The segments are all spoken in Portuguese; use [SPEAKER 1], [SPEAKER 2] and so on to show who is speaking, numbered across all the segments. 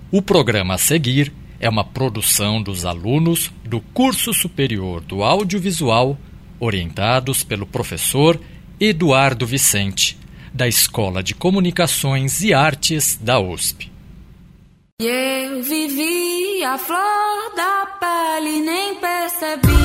[SPEAKER 1] O programa a seguir é uma produção dos alunos do Curso Superior do Audiovisual, orientados pelo professor Eduardo Vicente, da Escola de Comunicações e Artes da USP.
[SPEAKER 2] Eu vivi a flor da pele e nem percebia.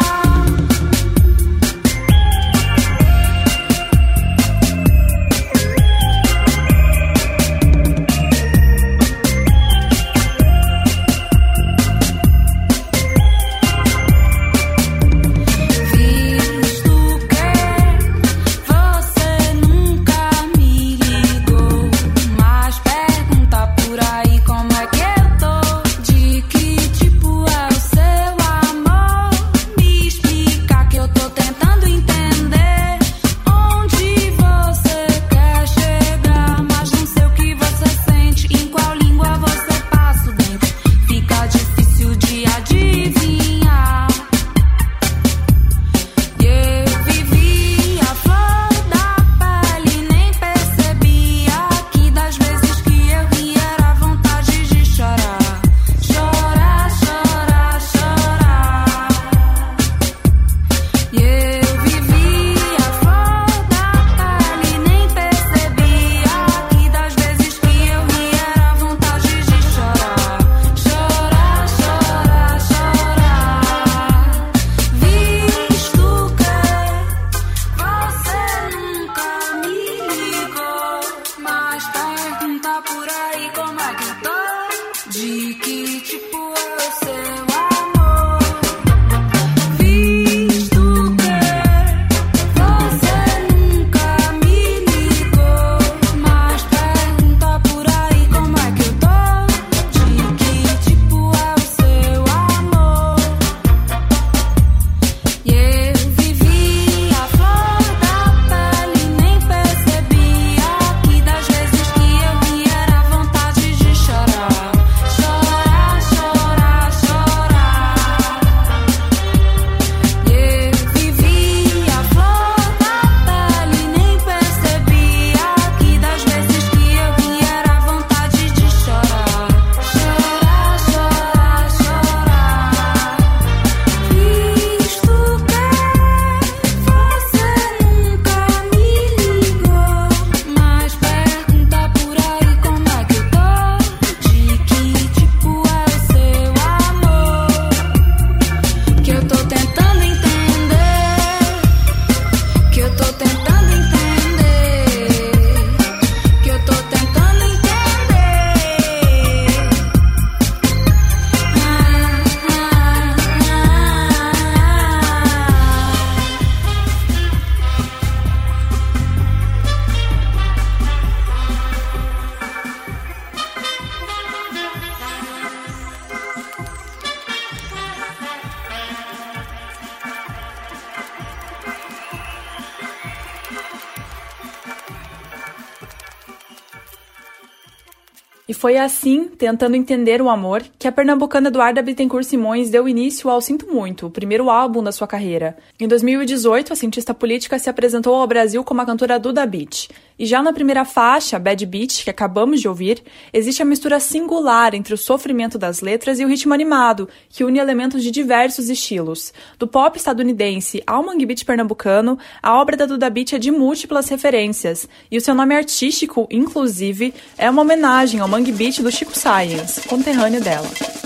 [SPEAKER 3] E foi assim, tentando entender o amor, que a pernambucana Eduarda Bittencourt Simões deu início ao Sinto Muito, o primeiro álbum da sua carreira. Em 2018, a cientista política se apresentou ao Brasil como a cantora Duda Beat. E já na primeira faixa, Bad Beat, que acabamos de ouvir, existe a mistura singular entre o sofrimento das letras e o ritmo animado, que une elementos de diversos estilos. Do pop estadunidense ao mangue beat pernambucano, a obra da Duda Beat é de múltiplas referências, e o seu nome artístico, inclusive, é uma homenagem ao mangue beat do Chico Science, conterrâneo dela.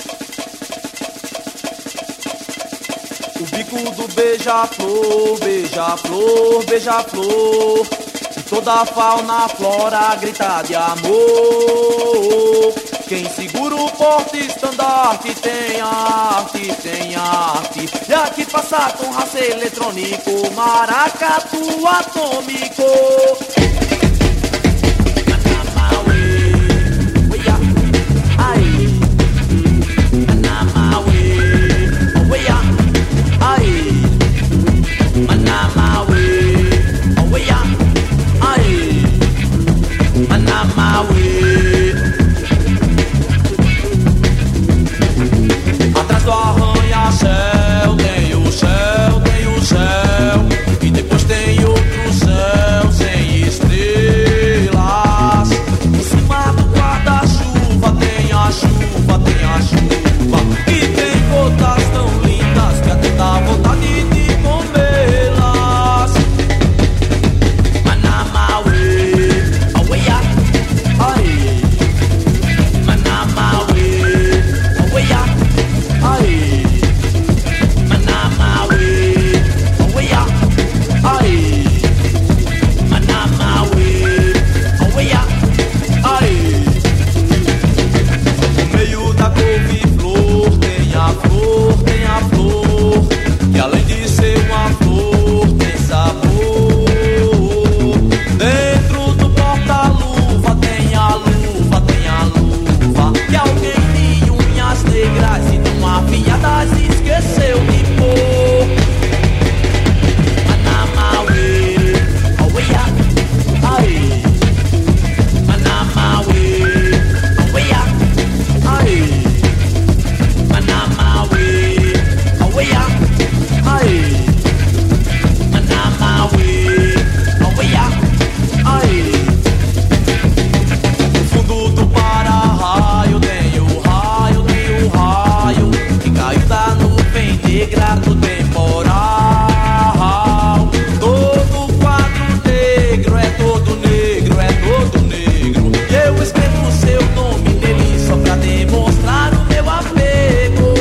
[SPEAKER 4] O bico do beija-flor, beija-flor, beija-flor, e toda a fauna, flora grita de amor. Quem segura o porta-estandarte tem arte, tem arte. E aqui passa com raça eletrônico, maracatu atômico. Atrás do arranha-céu tem o céu, tem o céu, e depois tem outro céu sem estrelas. chuva, tem a chuva. E tem gotas tão lindas que até dá vontade de comê-las. Manamawe, aweia, aê. Manamawe, aweia, aê. Manamawe, aweia, aê. Manamawe, aweia, aê. No meio da couve-flor tem a flor, tem a flor. E além de ser uma flor, tem sabor. Dentro do porta-luva tem a luva, tem a luva. Que alguém de unhas negras e não afiadas esqueceu de pôr. Manamawe, aweia, aê. Manamawe, aweia, aê. Manamawe, aweia, aê. Manamawe, aweia, aê. No fundo do para-raio tem o raio, tem o raio que caiu da nuvem negra do temporal. Todo quadro negro é todo negro, é todo negro. E eu escrevo seu nome nele só pra demonstrar o meu apego.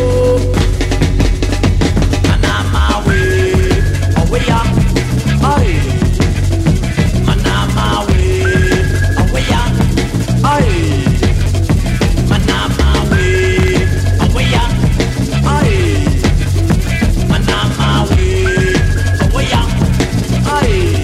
[SPEAKER 4] Manamawe, aweia, aê. Manamawe, aweia, aê. Manamawe, aweia, aê. Manamawe, aweia, aê.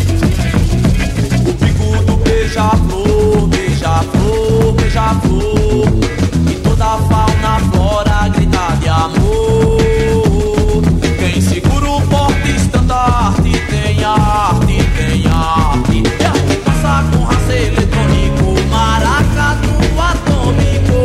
[SPEAKER 4] O pico do beija-flor, beija-flor, beija-flor. E toda a fauna, flora grita de amor. Quem segura o porta-estandarte tem arte, tem arte. E a passa com raça eletrônico, maracatu atômico.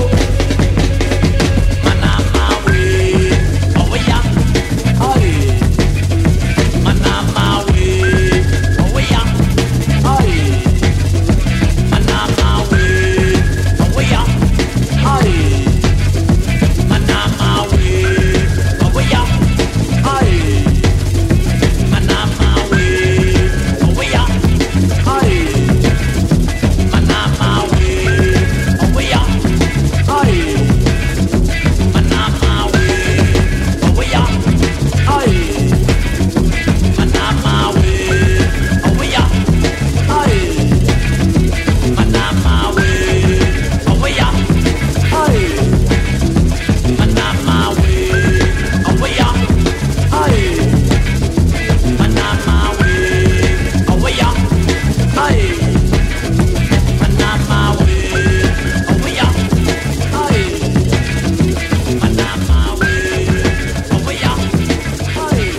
[SPEAKER 4] Manamawe, aweia, aê. Manamawe, aweia, aê. Manamawe, aweia, aê. Manamawe, aweia, aê. Manamawe, aweia, aê. Manamawe, aweia, aê. Manamawe, aweia, aê. Manamawe, aweia, aê. Manamawe, aweia, aê. Manamawe, aweia, aê. Manamawe, aweia, aê. Manamawe, aweia, aê. Manamawe, aweia, aê.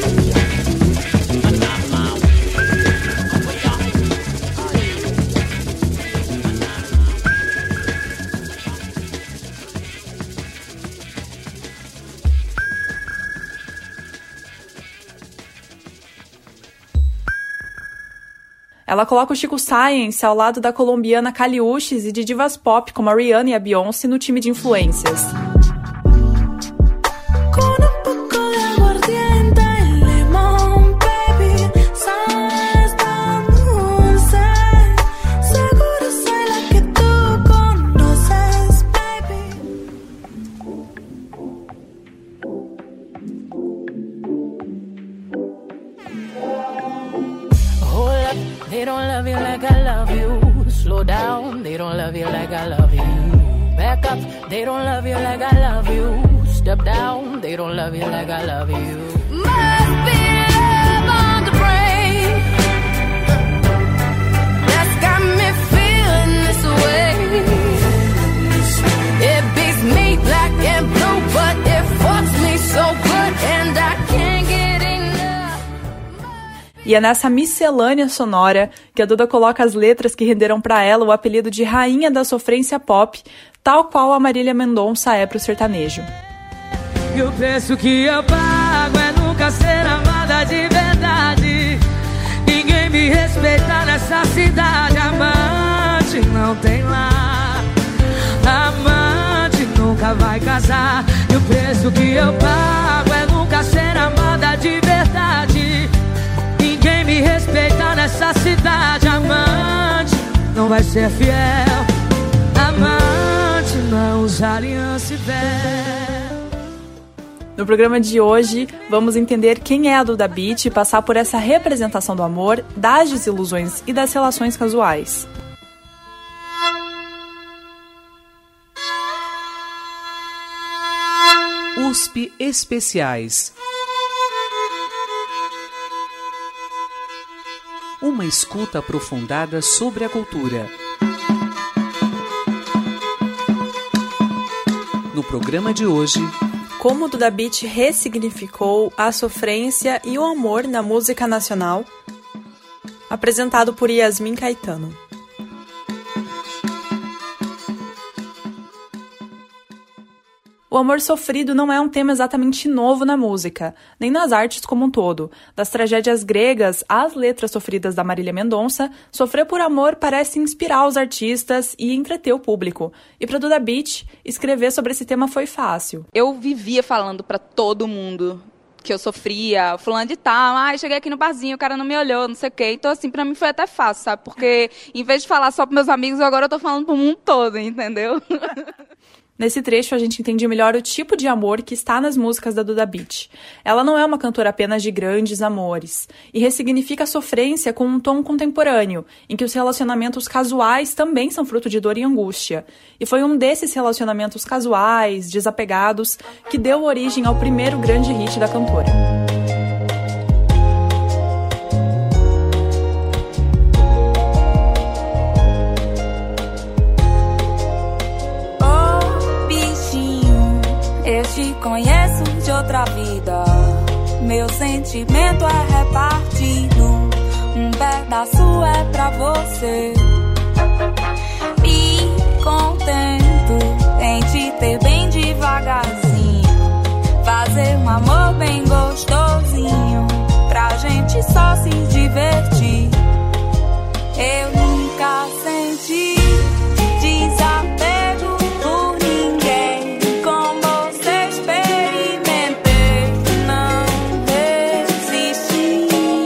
[SPEAKER 3] Ela coloca o Chico Science ao lado da colombiana Kali Uchis e de divas pop como a Rihanna e a Beyoncé no time de influências.
[SPEAKER 5] They don't love you like I love you. Slow down, they don't love you like I love you. Back up, they don't love you like I love you. Step down, they don't love you like I love you. Must be love on the brain. That's got me feeling this way. It beats me black and blue, but it fucks me so good and I can't get enough.
[SPEAKER 3] E é nessa miscelânea sonora que a Duda coloca as letras que renderam pra ela o apelido de rainha da sofrência pop, tal qual a Marília Mendonça é pro sertanejo.
[SPEAKER 6] E o preço que eu pago é nunca ser amada de verdade. Ninguém me respeita nessa cidade. Amante não tem lá. Amante nunca vai casar. E o preço que eu pago é nunca ser amada de verdade. Ninguém me respeita nessa cidade. Amante não vai ser fiel. Amante não usa aliança e véu.
[SPEAKER 3] No programa de hoje, vamos entender quem é a Duda Beat e passar por essa representação do amor, das desilusões e das relações casuais.
[SPEAKER 7] USP Especiais. Uma escuta aprofundada sobre a cultura. No programa de hoje,
[SPEAKER 3] como Duda Beat ressignificou a sofrência e o amor na música nacional, apresentado por Yasmin Caetano. O amor sofrido não é um tema exatamente novo na música, nem nas artes como um todo. Das tragédias gregas às letras sofridas da Marília Mendonça, sofrer por amor parece inspirar os artistas e entreter o público. E para Duda Beat, escrever sobre esse tema foi fácil.
[SPEAKER 8] Eu vivia falando para todo mundo que eu sofria, fulano de tal, cheguei aqui no barzinho, o cara não me olhou, não sei o quê. Então, assim, pra mim foi até fácil, sabe? Porque, em vez de falar só pros meus amigos, agora eu tô falando pro mundo todo, entendeu?
[SPEAKER 3] Nesse trecho, a gente entende melhor o tipo de amor que está nas músicas da Duda Beat. Ela não é uma cantora apenas de grandes amores, e ressignifica a sofrência com um tom contemporâneo, em que os relacionamentos casuais também são fruto de dor e angústia. E foi um desses relacionamentos casuais, desapegados, que deu origem ao primeiro grande hit da cantora.
[SPEAKER 2] Eu te conheço de outra vida. Meu sentimento é repartido. Um pedaço é pra você. Me contento em te ter bem devagarzinho. Fazer um amor bem gostosinho, pra gente só se divertir. Eu nunca senti desapego por ninguém. Com você experimentei, não resisti.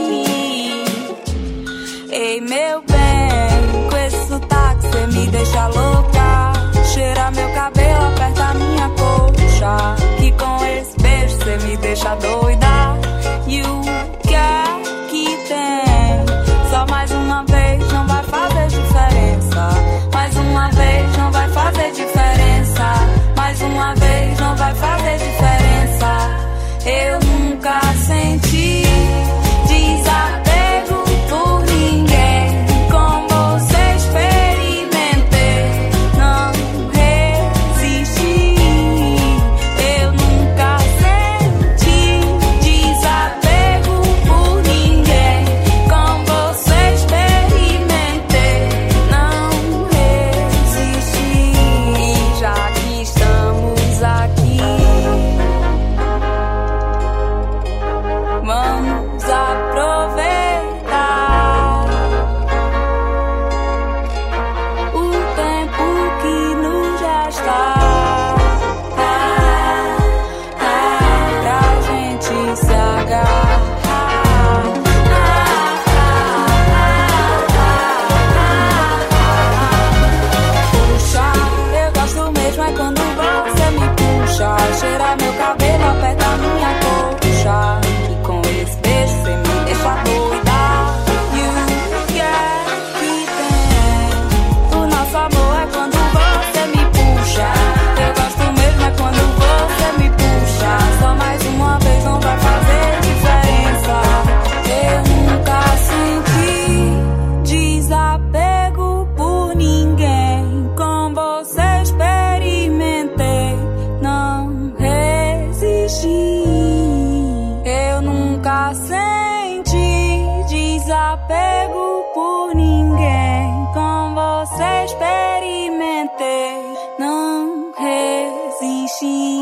[SPEAKER 2] Ei, meu bem, com esse sotaque cê me deixa louca. Cheira meu cabelo, aperta minha coxa. Que com esse beijo cê me deixa doida. E o que é que tem? Só mais uma vez não vai fazer diferença. Mais uma vez não vai fazer diferença. Mais uma vez não vai fazer diferença. Eu nunca senti desapego por ninguém. Com você experimentei, não resisti. Eu nunca senti desapego por ninguém. Com você experimentei, não resisti. E já que estamos aqui, vamos aproveitar o tempo que nos resta pra gente se agarrar. Puxa, eu gosto mesmo é quando você me puxa. Cheira meu cabelo, aperta minha coxa. E com esse beijo você me deixa doida. E o que é que tem? O nosso amor é quando você me puxa. Eu gosto mesmo é quando você me puxa. Só mais uma vez não vai fazer diferença. Eu nunca senti desapego por ninguém. Com você experimentei, não resisti. Eu nunca senti desapego por ninguém. Com você experimentei, não resisti.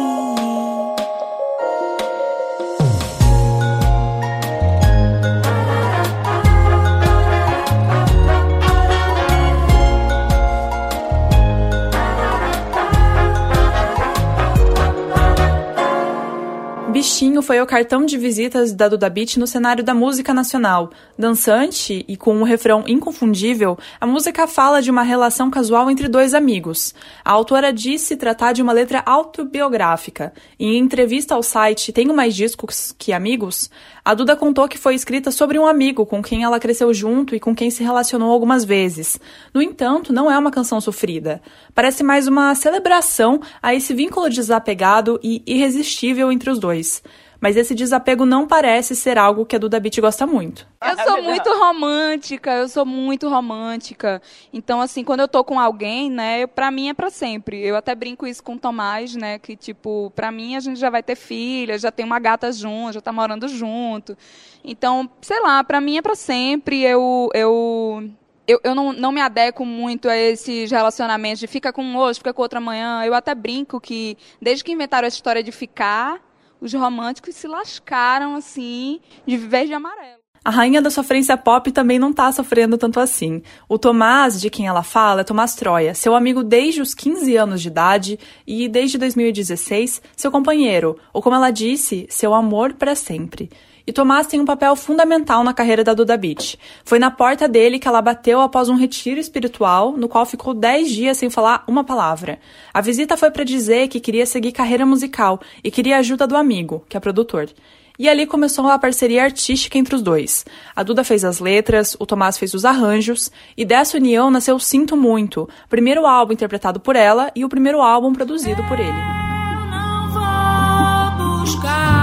[SPEAKER 3] Bichinho foi o cartão de visitas da Duda Beat no cenário da música nacional. Dançante e com um refrão inconfundível, a música fala de uma relação casual entre dois amigos. A autora diz se tratar de uma letra autobiográfica. Em entrevista ao site Tenho Mais Discos Que Amigos, a Duda contou que foi escrita sobre um amigo com quem ela cresceu junto e com quem se relacionou algumas vezes. No entanto, não é uma canção sofrida. Parece mais uma celebração a esse vínculo desapegado e irresistível entre os dois. Mas esse desapego não parece ser algo que a Duda Beat gosta muito.
[SPEAKER 8] Eu sou muito romântica. Então, assim, quando eu tô com alguém, né, pra mim é pra sempre. Eu até brinco isso com o Tomás, né, que, tipo, pra mim a gente já vai ter filha, já tem uma gata junto, já tá morando junto. Então, sei lá, pra mim é pra sempre. Eu não me adequo muito a esses relacionamentos de fica com um hoje, fica com outro amanhã. Eu até brinco que, desde que inventaram essa história de ficar, os românticos se lascaram, assim, de verde e amarelo.
[SPEAKER 3] A rainha da sofrência pop também não tá sofrendo tanto assim. O Tomás, de quem ela fala, é Tomás Troia, seu amigo desde os 15 anos de idade e, desde 2016, seu companheiro, ou como ela disse, seu amor para sempre. E Tomás tem um papel fundamental na carreira da Duda Beat. Foi na porta dele que ela bateu após um retiro espiritual, no qual ficou 10 dias sem falar uma palavra. A visita foi para dizer que queria seguir carreira musical e queria a ajuda do amigo, que é produtor. E ali começou a parceria artística entre os dois. A Duda fez as letras, o Tomás fez os arranjos, e dessa união nasceu Sinto Muito, primeiro álbum interpretado por ela e o primeiro álbum produzido por ele.
[SPEAKER 2] Eu não vou buscar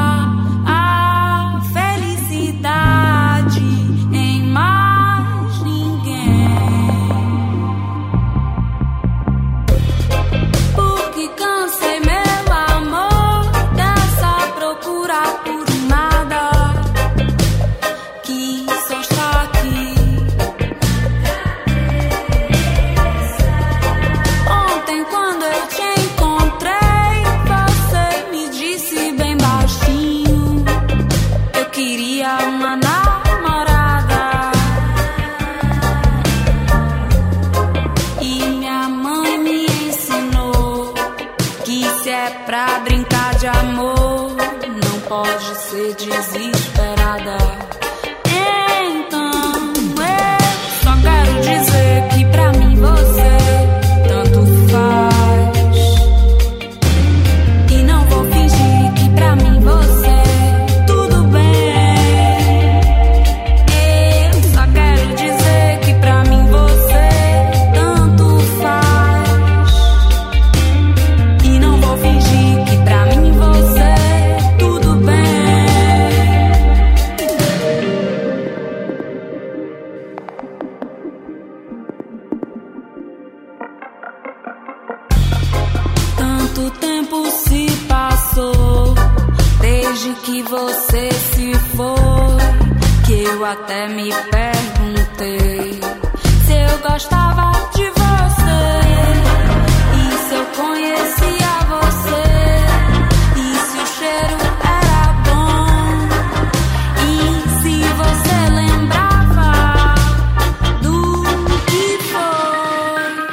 [SPEAKER 2] em mais ninguém, porque cansei, meu amor, dessa procura por nada, que só está aqui. Ontem, quando eu te encontrei, você me disse bem baixinho, eu queria uma namorada. E minha mãe me ensinou que se é pra brincar de amor, não pode ser desesperada. Então eu só quero dizer que pra mim você tanto faz, e não vou fingir que pra mim você que você se foi, que eu até me perguntei se eu gostava de você e se eu conhecia você e se o cheiro era bom e se você lembrava do que foi.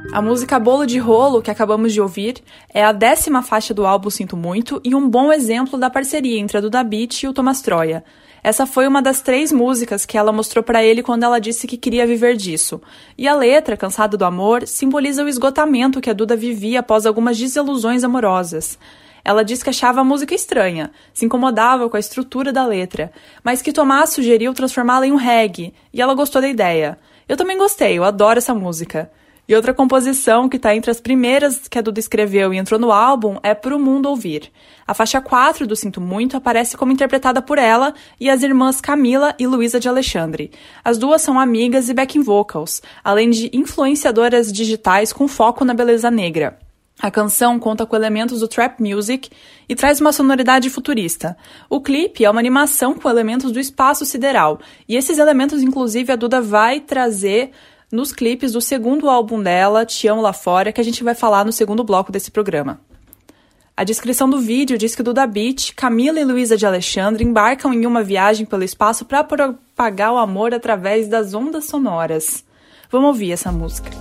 [SPEAKER 3] A música Bolo de Rolo, que acabamos de ouvir, é a 10ª faixa do álbum Sinto Muito e um bom exemplo da parceria entre a Duda Beat e o Thomas Troia. Essa foi uma das 3 músicas que ela mostrou pra ele quando ela disse que queria viver disso. E a letra, Cansado do Amor, simboliza o esgotamento que a Duda vivia após algumas desilusões amorosas. Ela disse que achava a música estranha, se incomodava com a estrutura da letra, mas que Tomás sugeriu transformá-la em um reggae, e ela gostou da ideia. Eu também gostei, eu adoro essa música. E outra composição que está entre as primeiras que a Duda escreveu e entrou no álbum é Pro Mundo Ouvir. A faixa 4 do Sinto Muito aparece como interpretada por ela e as irmãs Camila e Luísa de Alexandre. As duas são amigas e backing vocals, além de influenciadoras digitais com foco na beleza negra. A canção conta com elementos do trap music e traz uma sonoridade futurista. O clipe é uma animação com elementos do espaço sideral, e esses elementos, inclusive, a Duda vai trazer nos clipes do segundo álbum dela, Te Amo Lá Fora, que a gente vai falar no segundo bloco desse programa. A descrição do vídeo diz que Duda Beat, Camila e Luísa de Alexandre embarcam em uma viagem pelo espaço para propagar o amor através das ondas sonoras. Vamos ouvir essa música.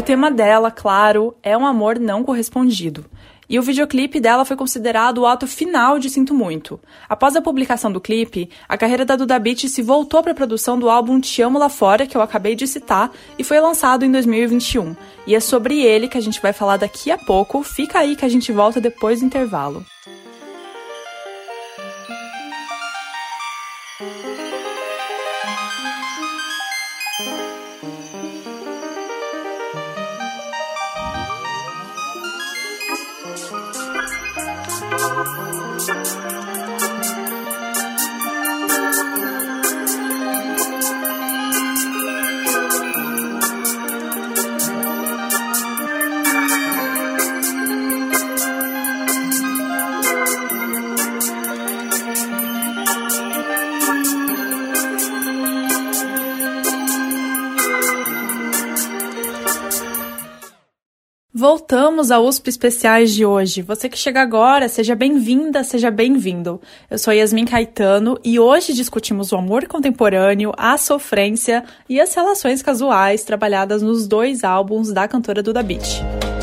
[SPEAKER 3] tema dela, claro, é um amor não correspondido. E o videoclipe dela foi considerado o ato final de Sinto Muito. Após a publicação do clipe, a carreira da Duda Beat se voltou para a produção do álbum Te Amo Lá Fora, que eu acabei de citar, e foi lançado em 2021. E é sobre ele que a gente vai falar daqui a pouco. Fica aí que a gente volta depois do intervalo. Voltamos ao USP Especiais de hoje. Você que chega agora, seja bem-vinda, seja bem-vindo. Eu sou Yasmin Caetano e hoje discutimos o amor contemporâneo, a sofrência e as relações casuais trabalhadas nos 2 álbuns da cantora Duda Beat.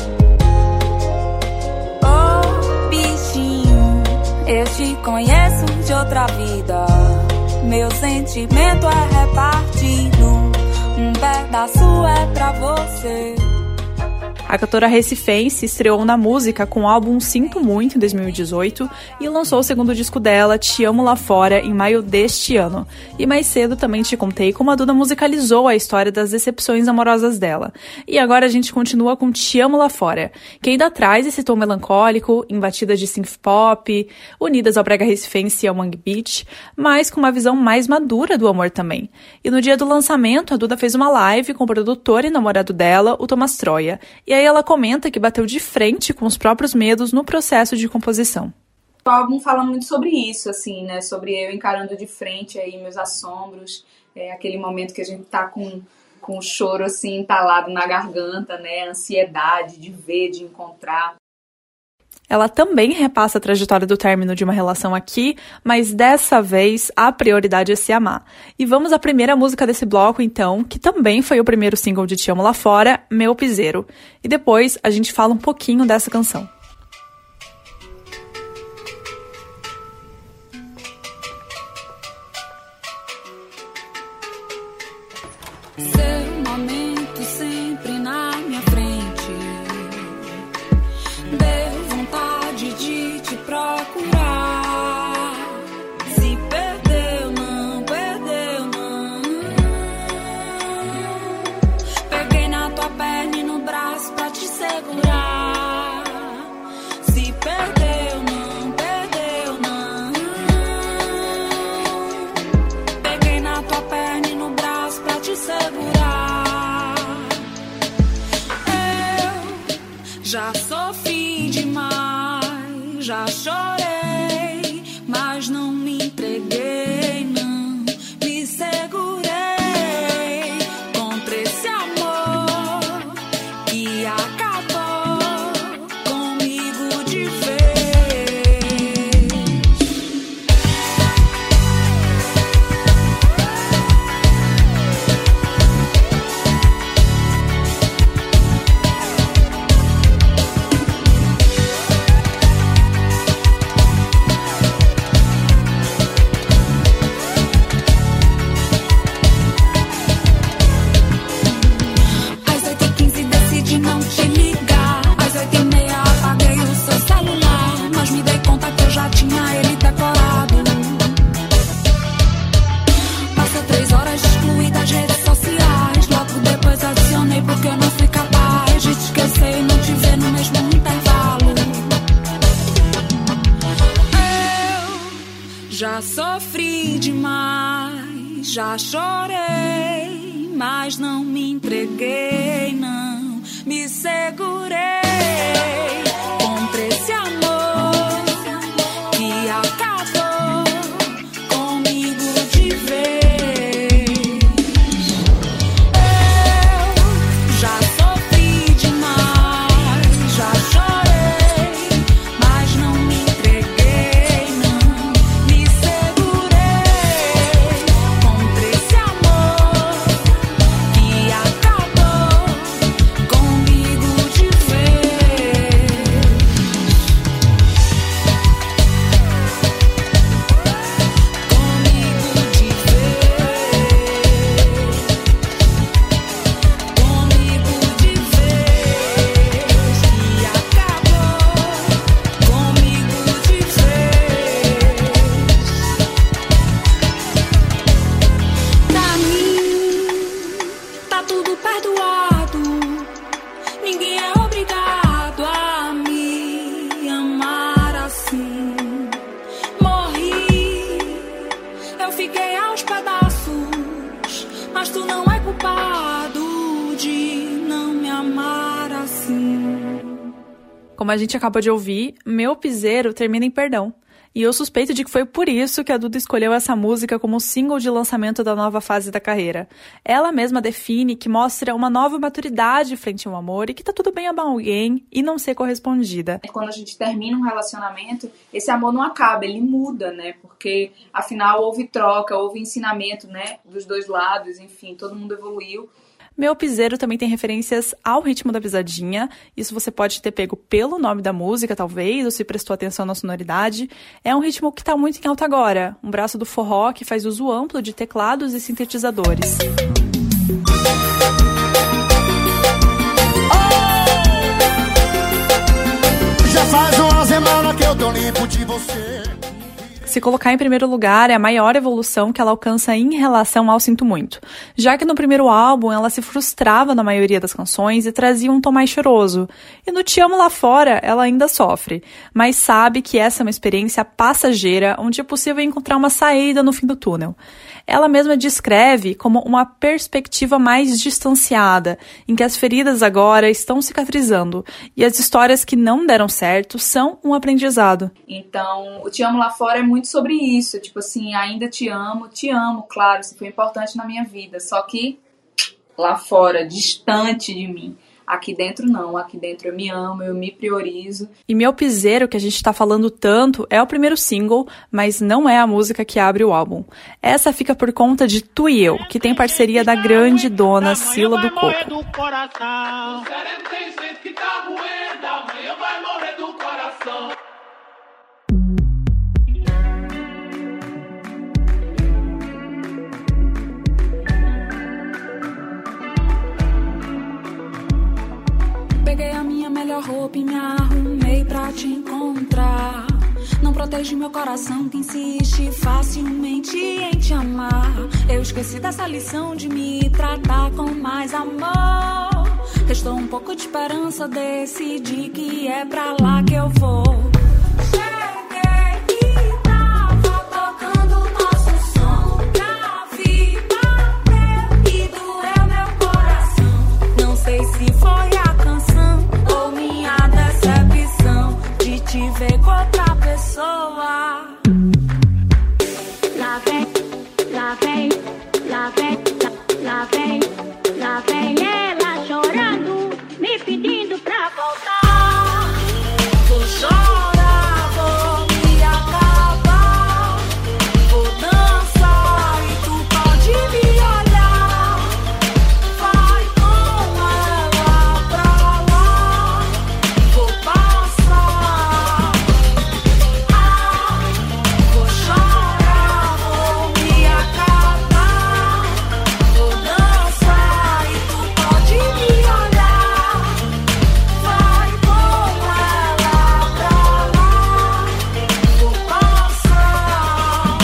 [SPEAKER 2] Oh, bichinho, eu te conheço de outra vida. Meu sentimento é repartido, um pedaço é pra você.
[SPEAKER 3] A cantora recifense estreou na música com o álbum Sinto Muito, em 2018, e lançou o segundo disco dela, Te Amo Lá Fora, em maio deste ano. E mais cedo também te contei como a Duda musicalizou a história das decepções amorosas dela. E agora a gente continua com Te Amo Lá Fora, que ainda traz esse tom melancólico, em batidas de synth pop, unidas ao brega recifense e ao mangue beat, mas com uma visão mais madura do amor também. E no dia do lançamento, a Duda fez uma live com o produtor e namorado dela, o Thomas Troia, e aí ela comenta que bateu de frente com os próprios medos no processo de composição.
[SPEAKER 9] O álbum fala muito sobre isso, assim, né? Sobre eu encarando de frente aí meus assombros, aquele momento que a gente tá com o choro assim entalado na garganta, né? A ansiedade de ver, de encontrar.
[SPEAKER 3] Ela também repassa a trajetória do término de uma relação aqui, mas dessa vez a prioridade é se amar. E vamos à primeira música desse bloco, então, que também foi o primeiro single de Te Amo Lá Fora, Meu Piseiro. E depois a gente fala um pouquinho dessa canção.
[SPEAKER 2] Seu momento sempre na minha frente. Deu vontade de te procurar. Se perdeu, não perdeu, não. Peguei na tua perna e no braço pra te segurar. Se perdeu, não perdeu, não. Peguei na tua perna e no braço pra te segurar. Eu já sofri demais, já chorei, mas não me entreguei, não me segurei contra esse amor que acabou comigo de vez. Às 8h15 decidi não te ligar. Às 8h30 apaguei o seu celular, mas me dei conta que eu já tinha ele decorado. Passou 3 horas excluída das redes sociais. Logo depois adicionei porque eu não fui capaz de te esquecer e não te ver no mesmo intervalo. Eu já sofri demais, já chorei, mas não me entreguei, não me segurei contra esse amor que acabou comigo de vez. Eu já sofri demais, já chorei, mas não me entreguei, não me segurei contra esse amor que acabou comigo
[SPEAKER 3] Como a gente acabou de ouvir, Meu Piseiro termina em perdão. E eu suspeito de que foi por isso que a Duda escolheu essa música como single de lançamento da nova fase da carreira. Ela mesma define que mostra uma nova maturidade frente ao amor e que tá tudo bem amar alguém e não ser correspondida.
[SPEAKER 9] Quando a gente termina um relacionamento, esse amor não acaba, ele muda, né? Porque, afinal, houve troca, houve ensinamento, né? Dos dois lados, enfim, todo mundo evoluiu.
[SPEAKER 3] Meu Piseiro também tem referências ao ritmo da pisadinha. Isso você pode ter pego pelo nome da música, talvez, ou se prestou atenção na sonoridade. É um ritmo que está muito em alta agora. Um braço do forró que faz uso amplo de teclados e sintetizadores.
[SPEAKER 10] Já faz uma semana que eu tô limpo de você.
[SPEAKER 3] Se colocar em primeiro lugar é a maior evolução que ela alcança em relação ao Sinto Muito, já que no primeiro álbum ela se frustrava na maioria das canções e trazia um tom mais choroso, e no Te Amo Lá Fora ela ainda sofre, mas sabe que essa é uma experiência passageira onde é possível encontrar uma saída no fim do túnel. Ela mesma descreve como uma perspectiva mais distanciada, em que as feridas agora estão cicatrizando e as histórias que não deram certo são um aprendizado.
[SPEAKER 9] Então, o Te Amo Lá Fora é muito sobre isso, tipo assim, ainda te amo, claro, isso foi importante na minha vida, só que lá fora, distante de mim. Aqui dentro não, aqui dentro eu me amo, eu me priorizo.
[SPEAKER 3] E Meu Piseiro, que a gente tá falando tanto, é o primeiro single, mas não é a música que abre o álbum. Essa fica por conta de Tu e Eu, que tem parceria da grande dona Cila do Coco.
[SPEAKER 2] Peguei a minha melhor roupa e me arrumei pra te encontrar. Não protege meu coração que insiste facilmente em te amar. Eu esqueci dessa lição de me tratar com mais amor. Restou um pouco de esperança, decidi que é pra lá que eu vou. Te ver com outra pessoa. Lá vem, lá vem, lá vem, lá vem, lá vem ela chorando, me pedindo pra voltar. Vou chorar, vou me acabar, vou dançar e tu pode me olhar. Vai com ela pra lá, vou passar. Vou chorar, vou me acabar, vou dançar e tu pode me olhar. Vai com ela pra lá, vou passar.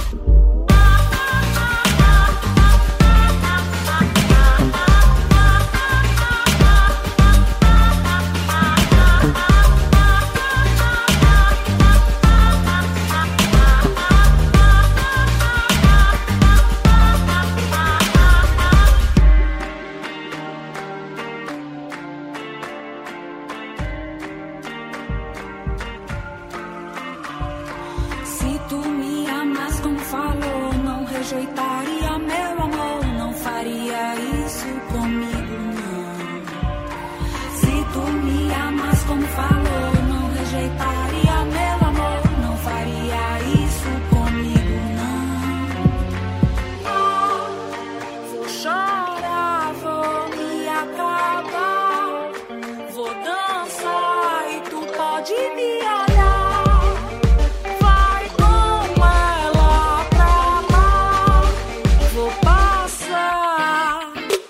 [SPEAKER 2] Se tu me amas como falou, não rejeitaria meu amor, não faria isso comigo, não. Se tu me amas como falou, não rejeitaria meu amor, não faria isso comigo, não. Vou chorar, vou me acabar, vou dançar e tu pode me olhar. Vai com ela pra lá, vou passar.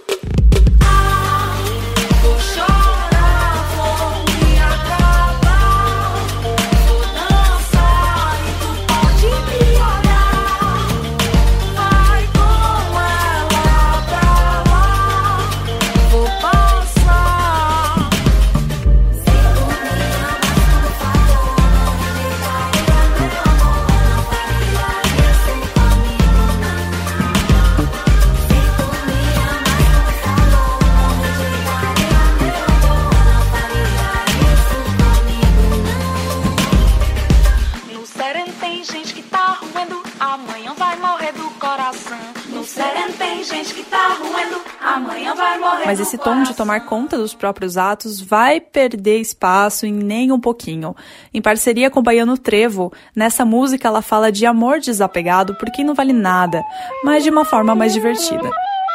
[SPEAKER 2] Vou chorar, vou me acabar, vou dançar e tu pode me olhar. Vai com ela pra lá, vou passar. Se tu me amas como falou, gente que tá roendo, amanhã vai morrer.
[SPEAKER 3] Mas esse tom de tomar conta dos próprios atos vai perder espaço em nem um pouquinho. Em parceria com o baiano Trevo, nessa música ela fala de amor desapegado por quem não vale nada, mas de uma forma mais divertida.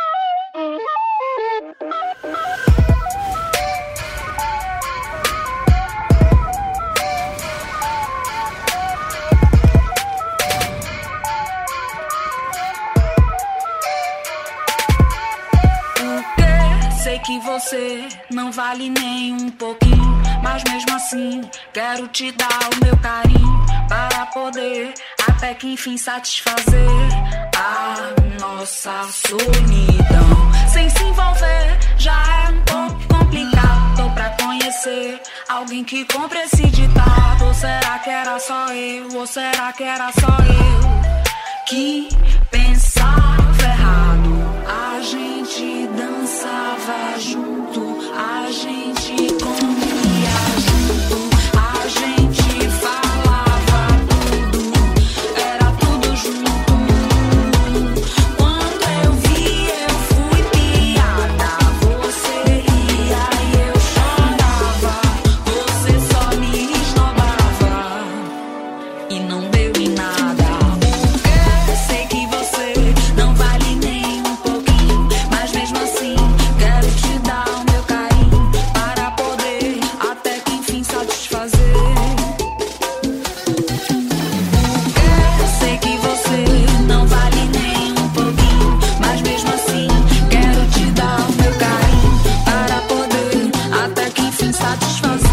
[SPEAKER 2] Sei que você não vale nem um pouquinho, mas mesmo assim quero te dar o meu carinho para poder até que enfim satisfazer a nossa solidão. Sem se envolver já é um pouco complicado. Tô pra conhecer alguém que compre esse ditado. Ou será que era só eu? Ou será que era só eu que pensava errado? A gente dançava junto, a gente comia junto, a gente falava tudo, era tudo junto. Quando eu vi, eu fui piada, você ria e eu chorava, você só me esnobava e não deu em nada. Porque sei que você não vale nem um pouquinho, mas mesmo assim quero te dar o meu carinho para poder até que enfim satisfazer. Eu sei que você não vale nem um pouquinho, mas mesmo assim quero te dar o meu carinho para poder até que enfim satisfazer.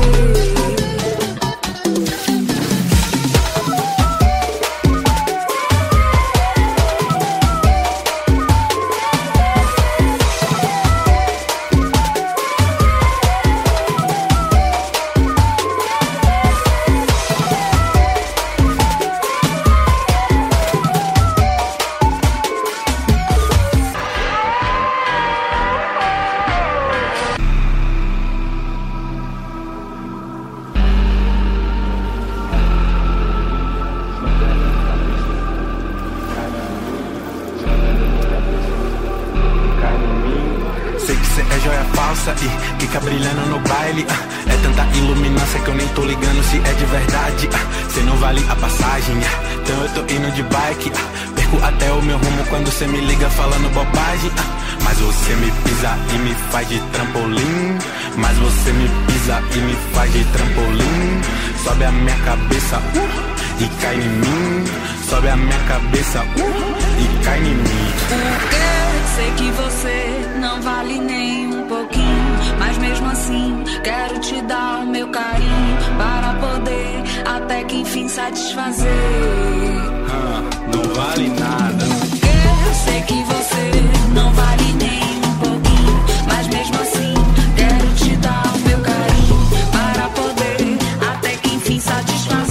[SPEAKER 11] Sei que cê é joia falsa e fica brilhando no baile. É tanta iluminância que eu nem tô ligando se é de verdade. Cê não vale a passagem, então eu tô indo de bike. Perco até o meu rumo quando cê me liga falando bobagem. Mas você me pisa e me faz de trampolim. Mas você me pisa e me faz de trampolim. Sobe a minha cabeça e cai em mim. Sobe a minha cabeça e cai em mim.
[SPEAKER 2] Porque sei que você não vale nem um pouquinho, mas mesmo assim quero te dar o meu carinho para poder até que enfim satisfazer.
[SPEAKER 11] Não vale nada.
[SPEAKER 2] Porque sei que você não vale nem um pouquinho, mas mesmo assim quero te dar o meu carinho para poder até que enfim satisfazer.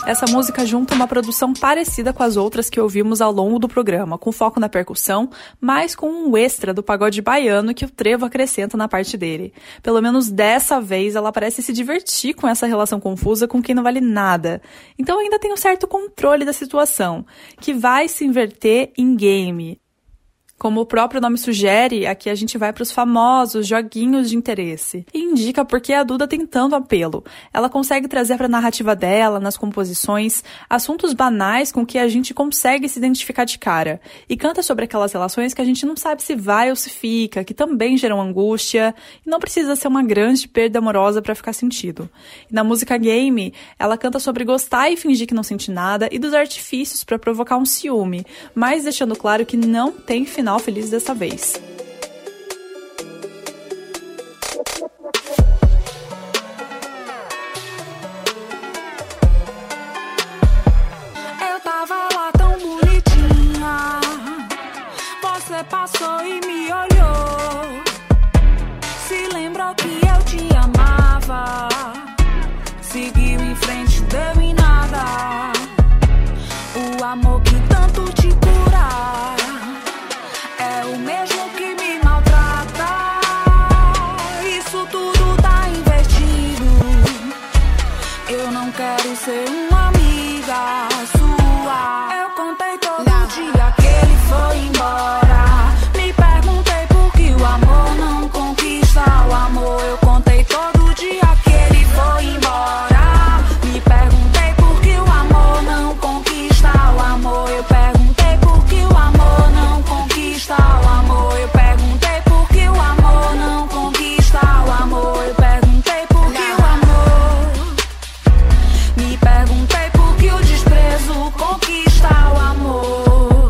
[SPEAKER 3] Essa música junta uma produção parecida com as outras que ouvimos ao longo do programa, com foco na percussão, mas com um extra do pagode baiano que o trevo acrescenta na parte dele. Pelo menos dessa vez ela parece se divertir com essa relação confusa com quem não vale nada. Então ainda tem um certo controle da situação, que vai se inverter em game. Como o próprio nome sugere, aqui a gente vai para os famosos joguinhos de interesse. E indica porque a Duda tem tanto apelo. Ela consegue trazer para a narrativa dela, nas composições, assuntos banais com que a gente consegue se identificar de cara. E canta sobre aquelas relações que a gente não sabe se vai ou se fica, que também geram angústia, e não precisa ser uma grande perda amorosa para ficar sentido. E na música Game, ela canta sobre gostar e fingir que não sente nada, e dos artifícios para provocar um ciúme, mas deixando claro que não tem final feliz dessa vez.
[SPEAKER 2] Eu tava lá tão bonitinha, você passou e me olhou, se lembrou que eu te amava, seguiu em frente, deu em nada, o amor que tanto te cura é o mesmo que me maltrata. Isso tudo tá invertido. Eu não quero ser uma amiga sua. Eu contei todo dia que ele foi embora. Me perguntei por que o amor não conquista o amor. Eu contei todo dia que ele foi embora. Me perguntei por que o amor não conquista o amor. Eu perguntei por que o amor não conquista o amor. Eu perguntei por que o amor não conquista o amor. Eu perguntei por que o amor. Me perguntei por que o desprezo conquista o amor.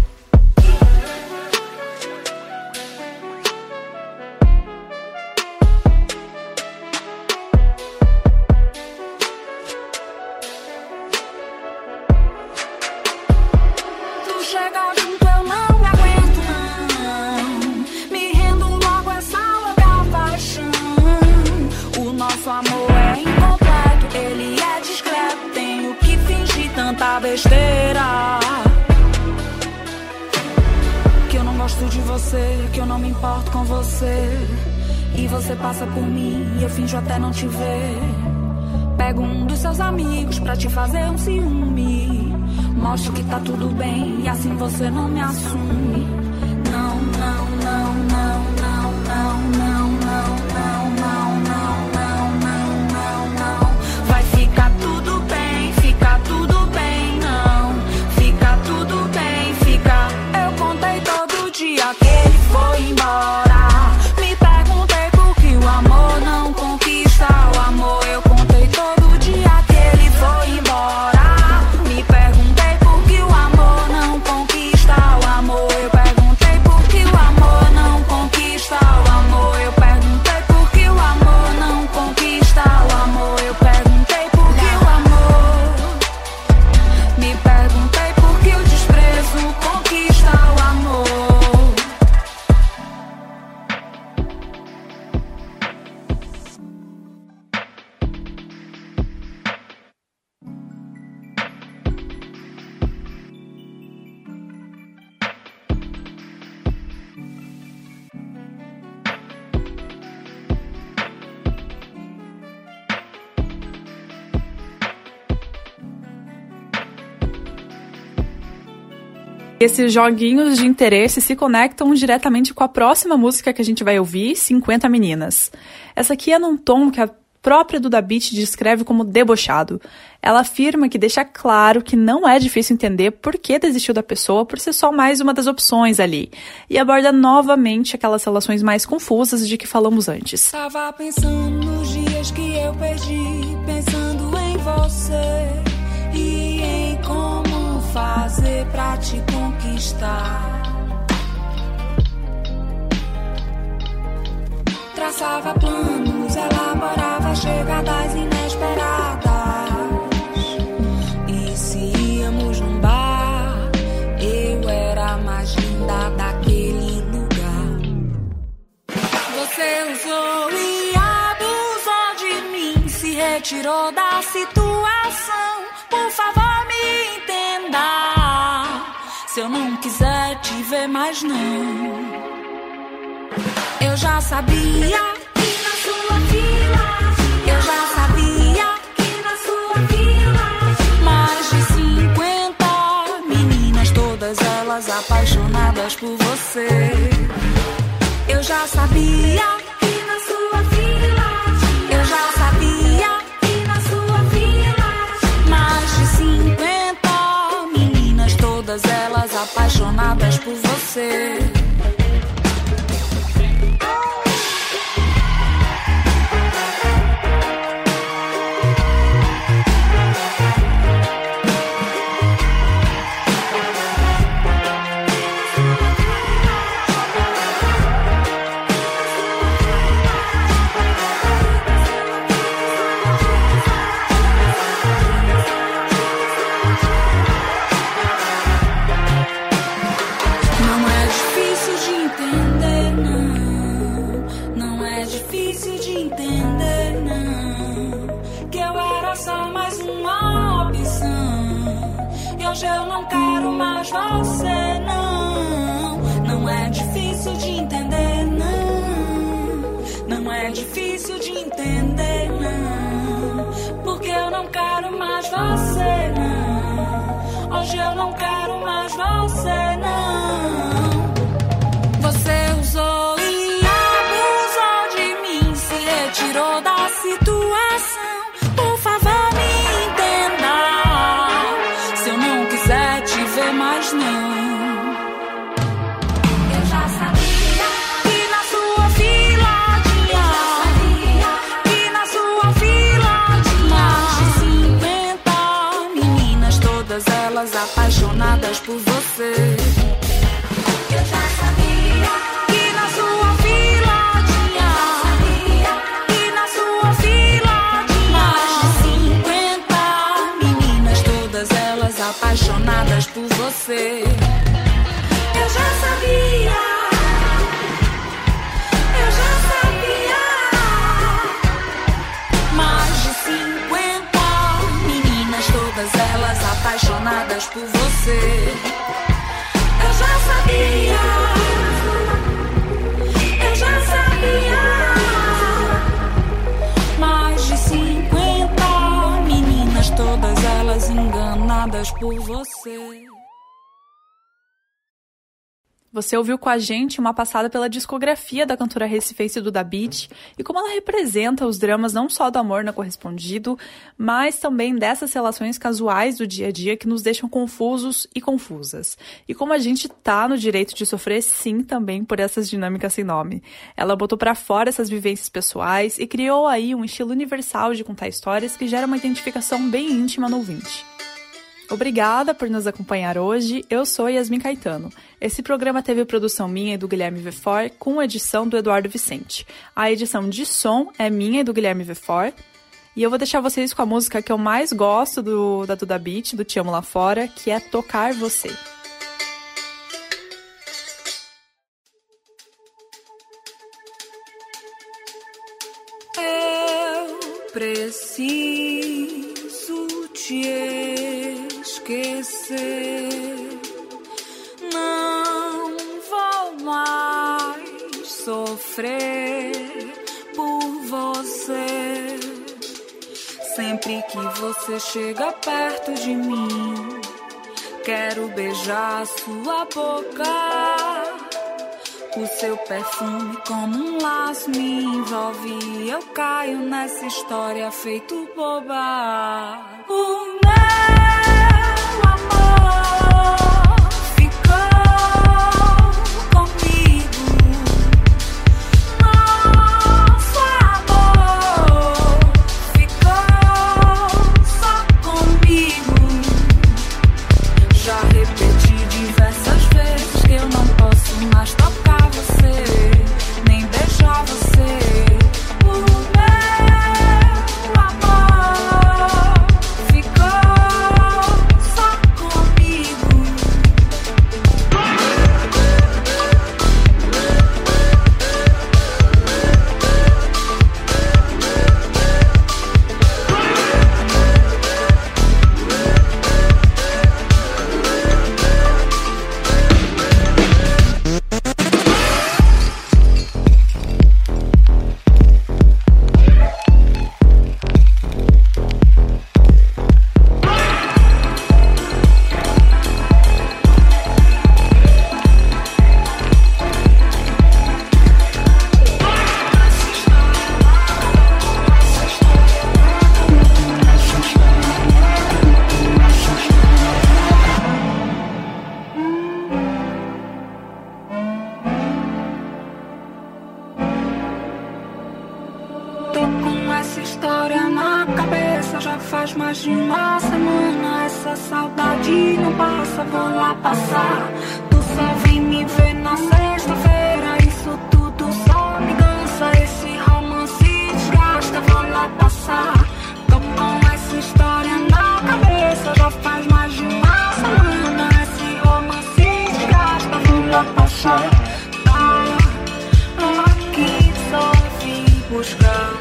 [SPEAKER 2] Tu chega junto, eu não me aguento não. Me rendo logo essa louca paixão. O nosso amor é incompleto, ele é discreto. Tenho que fingir tanta besteira, que eu não gosto de você, que eu não me importo com você. E você passa por mim e eu finjo até não te ver. Pego um dos seus amigos pra te fazer um ciúme. Mostro que tá tudo bem e assim você não me assume. Não, não, não, não, não, não, não, não, não, não, não, não, não, não. Vai ficar tudo bem, fica tudo bem, não. Fica tudo bem, fica. Eu contei todo dia que ele foi embora. Me perguntei por que o amor não conquista o amor. Eu contei todo dia que ele foi embora. Me perguntei por que o amor não conquista o amor. Eu perguntei por que o amor não conquista o amor. Eu perguntei por que o amor não conquista o amor. Eu perguntei por que o amor. Me perguntei por que o desprezo conquista o amor.
[SPEAKER 3] Esses joguinhos de interesse se conectam diretamente com a próxima música que a gente vai ouvir, 50 Meninas. Essa aqui é num tom que a própria Duda Beat descreve como debochado. Ela afirma que deixa claro que não é difícil entender por que desistiu da pessoa por ser só mais uma das opções ali. E aborda novamente aquelas relações mais confusas de que falamos antes.
[SPEAKER 2] Tava pensando nos dias que eu perdi, pensando em você e em como fazer pra te conquistar. Traçava planos, elaborava chegadas inesperadas. E se íamos num bar, eu era a mais linda daquele lugar. Você usou e abusou de mim, se retirou da situação. Por se eu não quiser te ver mais não. Eu já sabia que na sua fila, eu já sabia que na sua fila, mais de 50 meninas, todas elas apaixonadas por você. Eu já sabia que na sua fila, eu já sabia que na sua fila, mais de 50 meninas, todas elas apaixonadas por você. Hoje eu não quero mais você, não. Não é difícil de entender, não. Não é difícil de entender, não. Porque eu não quero mais você, não. Hoje eu não quero mais você, não. Você usou e abusou de mim, se retirou da situação. Por favor, me entenda. Se eu não quiser te ver mais não. Eu já sabia que na sua fila tinha, que na sua fila tinha mais de 50 meninas, todas elas apaixonadas por você. Eu já sabia que na sua fila tinha, que na sua fila tinha mais de 50 meninas, todas elas apaixonadas por você. Eu já sabia, eu já sabia. Mais de 50 meninas, todas elas apaixonadas por você. Eu já sabia, eu já sabia. Mais de 50 meninas, todas elas enganadas por você.
[SPEAKER 3] Você ouviu com a gente uma passada pela discografia da cantora recifense Duda Beat e como ela representa os dramas não só do amor não correspondido, mas também dessas relações casuais do dia a dia que nos deixam confusos e confusas. E como a gente tá no direito de sofrer sim também por essas dinâmicas sem nome. Ela botou pra fora essas vivências pessoais e criou aí um estilo universal de contar histórias que gera uma identificação bem íntima no ouvinte. Obrigada por nos acompanhar hoje, eu sou Yasmin Caetano. Esse programa teve produção minha e do Guilherme Vefor, com edição do Eduardo Vicente. A edição de som é minha e do Guilherme Vefor. E eu vou deixar vocês com a música que eu mais gosto da Duda Beat, do Te Amo Lá Fora, que é Tocar Você.
[SPEAKER 2] Eu preciso te esquecer, não vou mais sofrer por você. Sempre que você chega perto de mim, quero beijar sua boca. O seu perfume como um laço me envolve e eu caio nessa história feito boba. O meu amor ficou comigo. Nosso amor ficou só comigo. Já repeti diversas vezes que eu não posso mais tocar você, nem beijar você. O meu amor ficou história na cabeça já faz mais de uma semana. Essa saudade não passa, vou lá passar. Tu só vem me ver na sexta-feira. Isso tudo só me cansa. Esse romance desgasta, vou lá passar. Tô com essa história na cabeça já faz mais de uma semana. Esse romance desgasta, vou lá passar. Tá aqui, só vim buscar.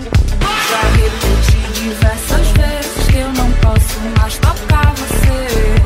[SPEAKER 2] Diversas vezes que eu não posso mais tocar você.